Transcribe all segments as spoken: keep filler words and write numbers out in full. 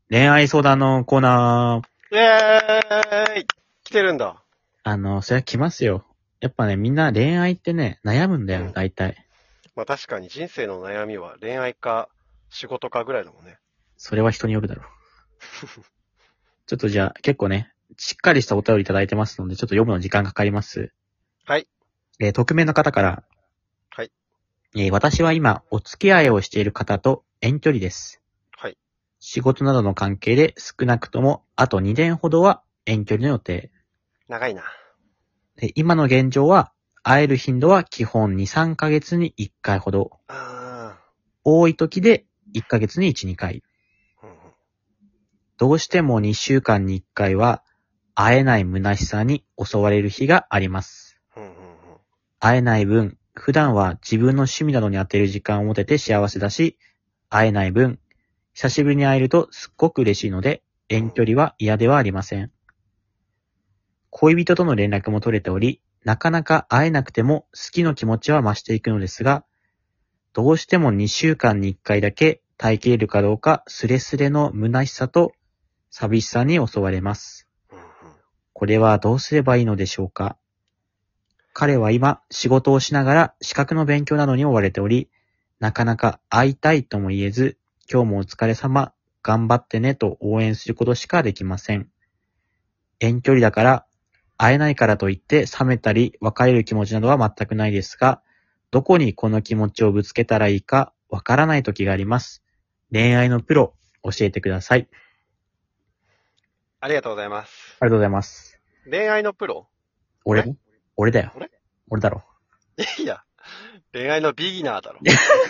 恋愛相談のコーナー。 イェーイ来てるんだ。 あの、それは来ますよ。やっぱね、みんな恋愛ってね、悩むんだよ、 うん大体。 まあ確かに人生の悩みは恋愛か仕事かぐらいだもんね。 それは人によるだろう。ちょっとじゃあ、結構ね、しっかりしたお便りいただいてますので、ちょっと読むの時間かかります。 はい。 えー匿名の方から、 はい。 えー私は今、お付き合いをしている方と遠距離です。 はい。 仕事などの関係で少なくとも、あとにねんほどは遠距離の予定。 長いな。 で今の現状は、会える頻度は基本に、さんかげつにいっかいほど。 あ多い時でいっかげつにいち、にかい。 ー。うんうんどうしてもにしゅうかんにいっかいは会えない虚しさに襲われる日があります。 うんうんうん会えない分、普段は自分の趣味などに当てる時間を持てて幸せだし、会えない分、久しぶりに会えるとすっごく嬉しいので、遠距離は嫌ではありません。恋人との連絡も取れており、なかなか会えなくても好きの気持ちは増していくのですが、どうしてもにしゅうかんにいっかいだけ耐えきれるかどうかスレスレの虚しさと寂しさに襲われます。 うんうんこれはどうすればいいのでしょうか。彼は今仕事をしながら資格の勉強などに追われており、なかなか会いたいとも言えず、今日もお疲れ様、頑張ってねと応援することしかできません。遠距離だから会えないからといって冷めたり別れる気持ちなどは全くないですが、どこにこの気持ちをぶつけたらいいかわからない時があります。恋愛のプロ、教えてください。 ありがとうございます。 ありがとうございます。 恋愛のプロ俺俺俺だよ。 俺俺だろ。 いや、恋愛のビギナーだろ。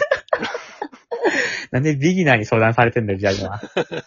なんでビギナーに相談されてんだよ、じゃあ今。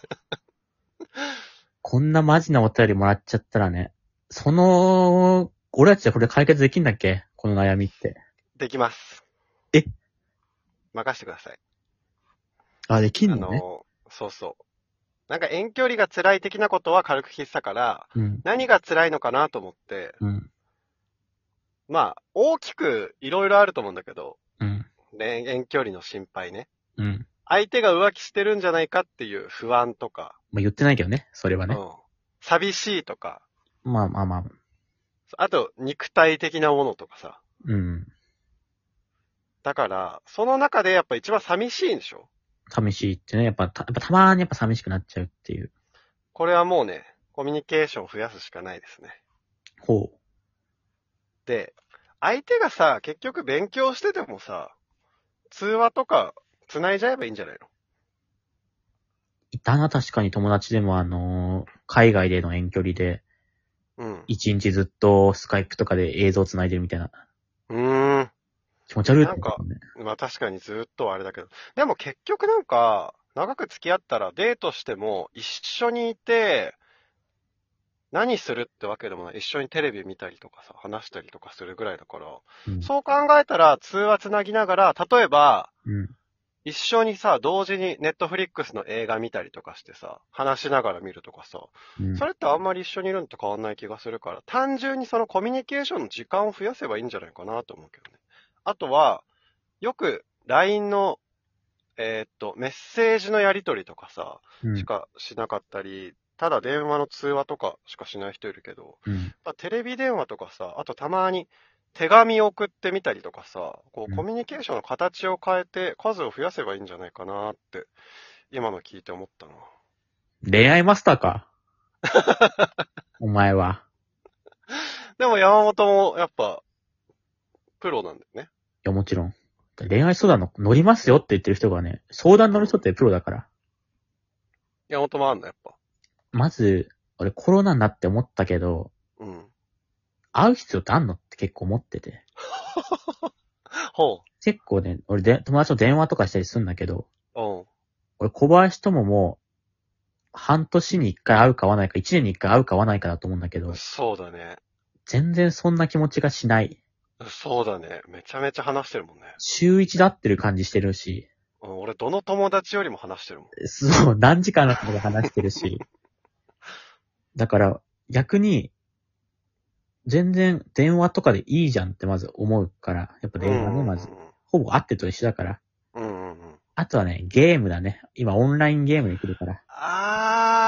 こんなマジなお便りもらっちゃったらね、その、俺たちでこれ解決できんだっけこの悩みって。 できます。 え任してください。 あ、できんあのね。 のー、そうそう。なんか遠距離が辛い的なことは軽く聞いてたから、 うん。 何が辛いのかなと思って、 うん。 まあ、大きくいろいろあると思うんだけど、 うん。 ね、遠距離の心配ね。 うん。 相手が浮気してるんじゃないかっていう不安とか、 まあ、言ってないけどね、それはね。 うん。寂しいとか、 まあまあまあ。 あと肉体的なものとかさ。 うん。 だから、その中でやっぱ一番寂しいんでしょ？ 寂しいってね、やっぱた、やっぱたまーにやっぱ寂しくなっちゃうっていう。 これはもうね、コミュニケーションを増やすしかないですね。 ほう。 で、相手がさ、結局勉強しててもさ、通話とか繋いじゃえばいいんじゃないの？ いたな、確かに友達でもあのー海外での遠距離で、 うん。 一日ずっとスカイプとかで映像繋いでるみたいな。 うーん。 気持ち悪いってなんか思うね。 まあ確かにずっとあれだけど。でも結局なんか、長く付き合ったらデートしても一緒にいて、何するってわけでもない。一緒にテレビ見たりとかさ、話したりとかするぐらいだから。 うん。 そう考えたら通話つなぎながら、例えば、 うん。 一緒にさ、同時にネットフリックスの映画見たりとかしてさ、話しながら見るとかさ、 うん。 それってあんまり一緒にいるのと変わんない気がするから、単純にそのコミュニケーションの時間を増やせばいいんじゃないかなと思うけどね。あとは、よく ライン の、えーっと、メッセージのやり取りとかさ、 うん。 しかしなかったり、ただ電話の通話とかしかしない人いるけど、 うん。 やっぱテレビ電話とかさ、あとたまに手紙送ってみたりとかさ、こううんコミュニケーションの形を変えて数を増やせばいいんじゃないかなって、今の聞いて思ったな。 恋愛マスターか。お前は。 でも山本もやっぱ、プロなんだよね。 いや、もちろん。恋愛相談の乗りますよって言ってる人がね、相談乗る人ってプロだから。 山本もあんの、やっぱ。 まず、俺コロナになって思ったけど、 うん。 会う必要ってあんのって結構思ってて。 ほ結構ね、俺で、友達と電話とかしたりするんだけど、 う。うん。 俺小林とももう、半年に一回会うか会わないか、一年に一回会うか会わないかだと思うんだけど、 そうだね。 全然そんな気持ちがしない。 そうだね。めちゃめちゃ話してるもんね。 週一で会ってる感じしてるし、 うん、俺、どの友達よりも話してるもん。 そう、何時間のこと話してるし、だから、逆に、全然電話とかでいいじゃんってまず思うから、やっぱ電話ね、まず。ほぼ会ってと一緒だから。 うんうんうん。 あとはね、ゲームだね。今オンラインゲームできるから。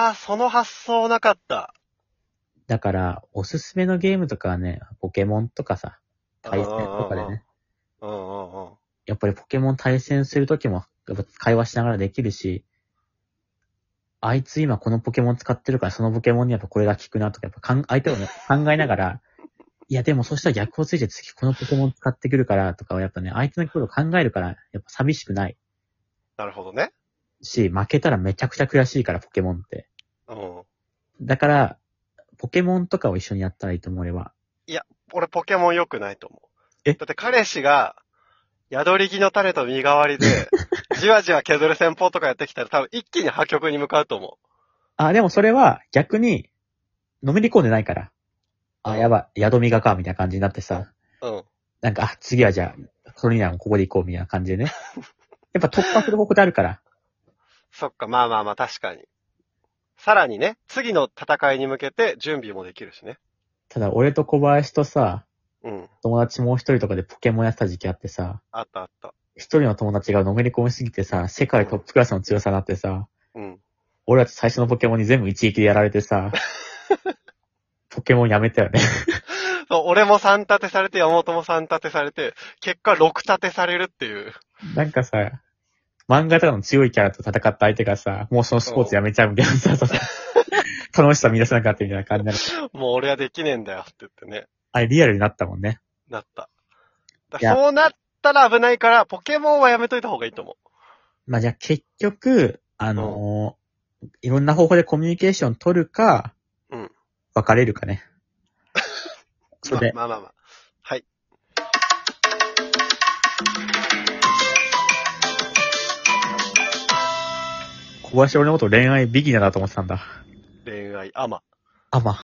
ー、その発想なかった。 だから、おすすめのゲームとかはね、ポケモンとかさ、対戦とかでね。 うんうんうん。 やっぱりポケモン対戦するときも、やっぱ会話しながらできるし、あいつ今このポケモン使ってるからそのポケモンにやっぱこれが効くなとか、やっぱかん相手をね、考えながら、いやでもそしたら逆をついて次このポケモン使ってくるからとかはやっぱね、相手のことを考えるから、やっぱ寂しくない。 なるほどね。 し、負けたらめちゃくちゃ悔しいから、ポケモンって。 うん。 だから、ポケモンとかを一緒にやったらいいと思う、俺は。 いや、俺ポケモン良くないと思う。 えだって彼氏が、宿り木の種と身代わりで、じわじわ削る戦法とかやってきたら多分一気に破局に向かうと思あ、でもそれは逆に、のめり込んでないから。あ、やばい、宿みがか、みたいな感じになってさ。 う。うん。 なんか、あ、次はじゃあ、それにはもうここで行こう、みたいな感じでね。やっぱ突破する方向であるから。 そっか、まあまあまあ確かに。さらにね、次の戦いに向けて準備もできるしね。 ただ、俺と小林とさ、 うん。 友達もう一人とかでポケモンやってた時期あってさ、 あったあった。 一人の友達がのめり込みすぎてさ、世界トップクラスの強さになってさ、 うん。 俺たち最初のポケモンに全部一撃でやられてさ、ポケモンやめたよね。 そう、俺もさん立てされて、山本もさん立てされて、結果ろく立てされるっていう。 なんかさ、漫画とかの強いキャラと戦った相手がさ、もうそのスポーツやめちゃうみたいなさ、さ楽しさ見出せなかったみたいな感じになる。 もう俺はできねえんだよって言ってね。 あれリアルになったもんね。 なった。だいやそうなったら危ないから、ポケモンはやめといた方がいいと思まあ、じゃあ結局、あのーいろんな方法でコミュニケーション取るか、 う。うん。 別れるかね。それで、 まあまあまあまあ。はい。 小林俺のこと恋愛ビギナーだと思ってたんだ。 恋愛、アマ。 あ、まあ。